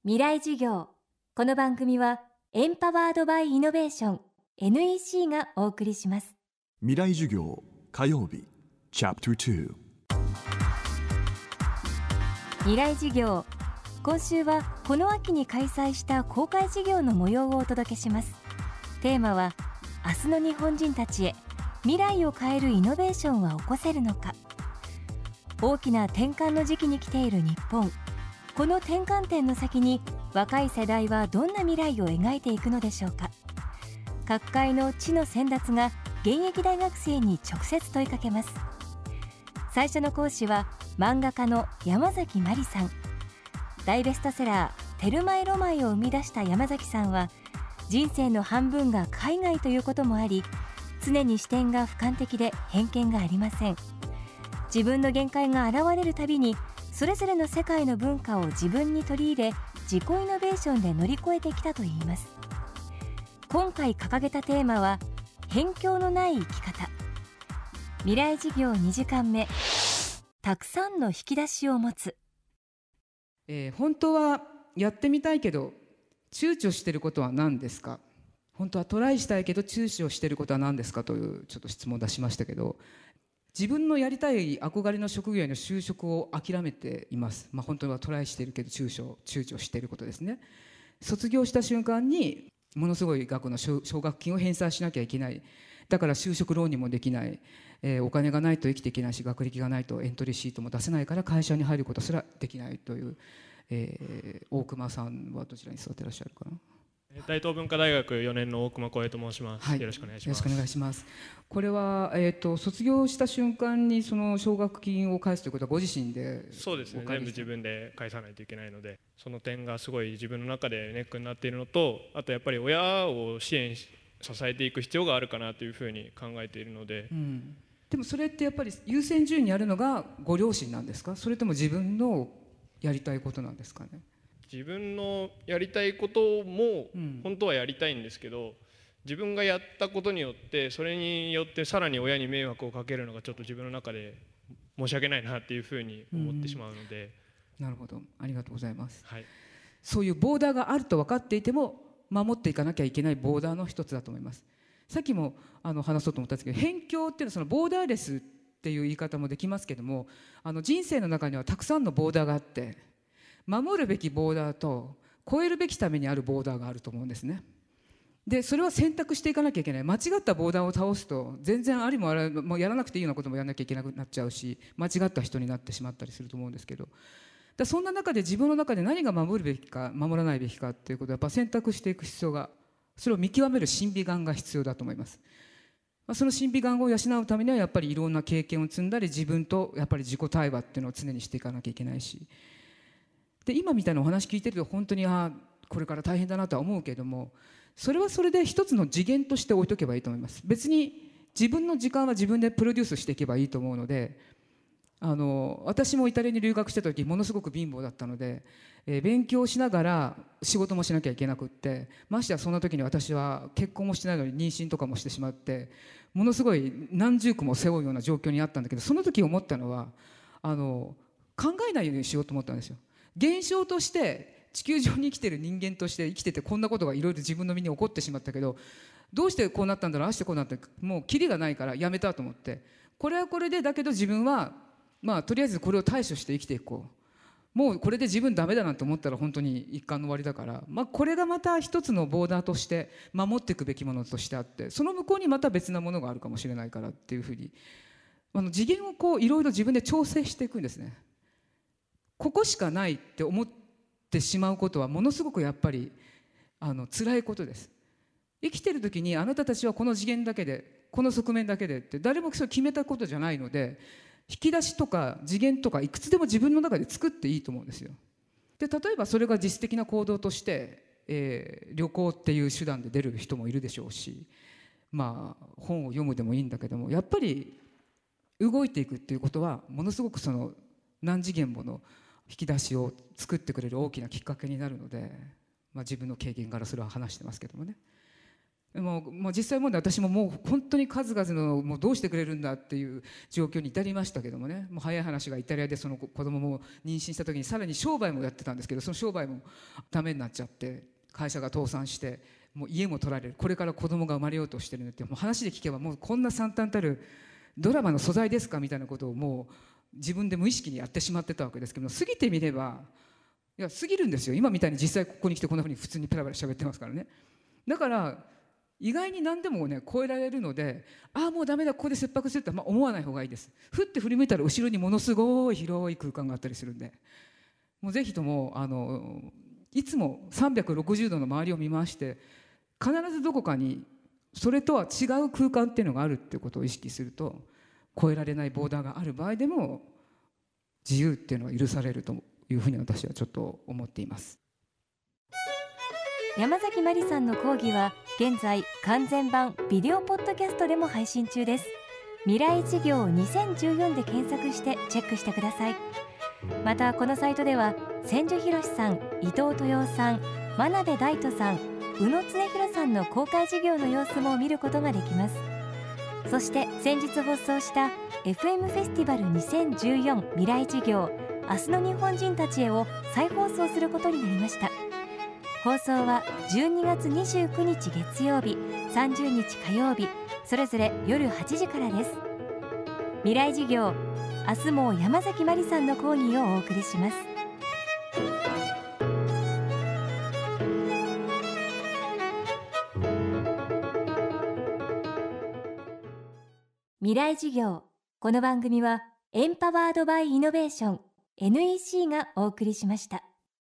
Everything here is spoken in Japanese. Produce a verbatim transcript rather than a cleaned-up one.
未来授業。この番組はエンパワードバイイノベーション エヌイーシー がお送りします。 未来授業火曜日チャプターに。 未来授業。今週はこの秋に開催した公開授業の模様をお届けします。テーマは明日の日本人たちへ未来を変えるイノベーションは起こせるのか。大きな転換の時期に来ている日本。この転換点の先に若い世代はどんな未来を描いていくのでしょうか。各界の知の先達が現役大学生に直接問いかけます。最初の講師は漫画家の山崎まりさん。大ベストセラーテルマエロマエを生み出した山崎さんは、人生の半分が海外ということもあり、常に視点が俯瞰的で偏見がありません。自分の限界が現れるたびにそれぞれの世界の文化を自分に取り入れ、自己イノベーションで乗り越えてきたといいます。今回掲げたテーマは辺境のない生き方。未来事業にじかんめ、たくさんの引き出しを持つ。 えー、本当はやってみたいけど躊躇していることは何ですか。本当はトライしたいけど躊躇していることは何ですかというちょっと質問を出しましたけど、自分のやりたい憧れの職業への就職を諦めています。まあ、本当はトライしているけど躊躇躊躇していることですね。卒業した瞬間にものすごい額の奨学金を返済しなきゃいけない。だから就職浪人もできない、えー、お金がないと生きていけないし、学歴がないとエントリーシートも出せないから会社に入ることすらできないという、えー、大熊さんはどちらに座っていらっしゃるかな。 大東文化大学よねんの大熊光栄と申します、はい、よろしくお願いします。 よろしくお願いします。これは、えー、と卒業した瞬間にその奨学金を返すということはご自身で。 そうですね、全部自分で返さないといけないので、その点がすごい自分の中でネックになっているのと、あとやっぱり親を支援し支えていく必要があるかなというふうに考えているので、 うん、でもそれってやっぱり優先順位にあるのがご両親なんですか、それとも自分のやりたいことなんですかね。 自分のやりたいことも本当はやりたいんですけど、うん、自分がやったことによってそれによってさらに親に迷惑をかけるのがちょっと自分の中で申し訳ないなっていうふうに思ってしまうので、 うん、なるほど、ありがとうございます、 はい、 そういうボーダーがあると分かっていても守っていかなきゃいけないボーダーの一つだと思います。さっきもあの話そうと思ったんですけど、辺境っていうのはそのボーダーレスっていう言い方もできますけども、あの人生の中にはたくさんのボーダーがあって、守るべきボーダーと超えるべきためにあるボーダーがあると思うんですね。でそれは選択していかなきゃいけない。間違ったボーダーを倒すと全然ありもあらもうやらなくていいようなこともやらなきゃいけなくなっちゃうし、間違った人になってしまったりすると思うんですけど、だそんな中で自分の中で何が守るべきか守らないべきかっていうことをやっぱ選択していく必要が、それを見極める審美眼が必要だと思います。その審美眼を養うためにはやっぱりいろんな経験を積んだり、自分とやっぱり自己対話っていうのを常にしていかなきゃいけないし、で今みたいなお話聞いてると本当にあこれから大変だなとは思うけれども、それはそれで一つの次元として置いとけばいいと思います。別に自分の時間は自分でプロデュースしていけばいいと思うので、あの私もイタリアに留学した時ものすごく貧乏だったので、えー、勉強しながら仕事もしなきゃいけなくって、ましてやそんな時に私は結婚もしてないのに妊娠とかもしてしまって、ものすごい何十個も背負うような状況にあったんだけど、その時思ったのはあの考えないようにしようと思ったんですよ。現象として地球上に生きてる人間として生きてて、こんなことがいろいろ自分の身に起こってしまったけど、どうしてこうなったんだろう、ああしてこうなった、もうキリがないからやめたと思って、これはこれでだけど自分はまあとりあえずこれを対処して生きていこう、もうこれで自分ダメだなんて思ったら本当に一貫の終わりだから、まあ、これがまた一つのボーダーとして守っていくべきものとしてあって、その向こうにまた別なものがあるかもしれないからっていうふうに、あの次元をこういろいろ自分で調整していくんですね。ここしかないって思ってしまうことはものすごくやっぱりあの辛いことです。生きてる時にあなたたちはこの次元だけで、この側面だけでって誰もそれ決めたことじゃないので、引き出しとか次元とかいくつでも自分の中で作っていいと思うんですよ。で例えばそれが実質的な行動として、えー、旅行っていう手段で出る人もいるでしょうし、まあ本を読むでもいいんだけども、やっぱり動いていくっていうことはものすごくその何次元もの引き出しを作ってくれる大きなきっかけになるので、まあ、自分の経験からそれは話してますけどもね。 もうもう実際問題、私ももう本当に数々のもうどうしてくれるんだっていう状況に至りましたけどもね、もう早い話がイタリアでその子供も妊娠した時にさらに商売もやってたんですけど、その商売もダメになっちゃって会社が倒産して、もう家も取られる、これから子供が生まれようとしてるって、もう話で聞けばもうこんな惨憺たるドラマの素材ですかみたいなことをもう自分で無意識にやってしまってたわけですけども、過ぎてみればいや過ぎるんですよ。今みたいに実際ここに来てこんなふうに普通にペラペラ喋ってますからね。だから意外に何でもね超えられるので、ああもうダメだここで切迫するって、まあ、思わない方がいいです。ふって振り向いたら後ろにものすごい広い空間があったりするんで、もうぜひともあのいつもさんびゃくろくじゅうどの周りを見回して必ずどこかにそれとは違う空間っていうのがあるっていうことを意識すると、超えられないボーダーがある場合でも自由っていうのは許されるというふうに私はちょっと思っています。 山崎まりさんの講義は現在完全版ビデオポッドキャストでも配信中です。未来事業にせんじゅうよんで検索してチェックしてください。またこのサイトでは千住博さん、伊藤豊夫さん、真鍋大斗さん、宇野恒弘さんの公開授業の様子も見ることができます。そして先日放送した エフエム フェスティバルにせんじゅうよん未来事業明日の日本人たちへを再放送することになりました。放送はじゅうにがつにじゅうくにち月曜日、さんじゅうにち火曜日、それぞれ夜はちじからです。未来事業、明日も山崎まりさんの講義をお送りします。未来事業、この番組はエンパワードバイイノベーション エヌイーシー がお送りしました。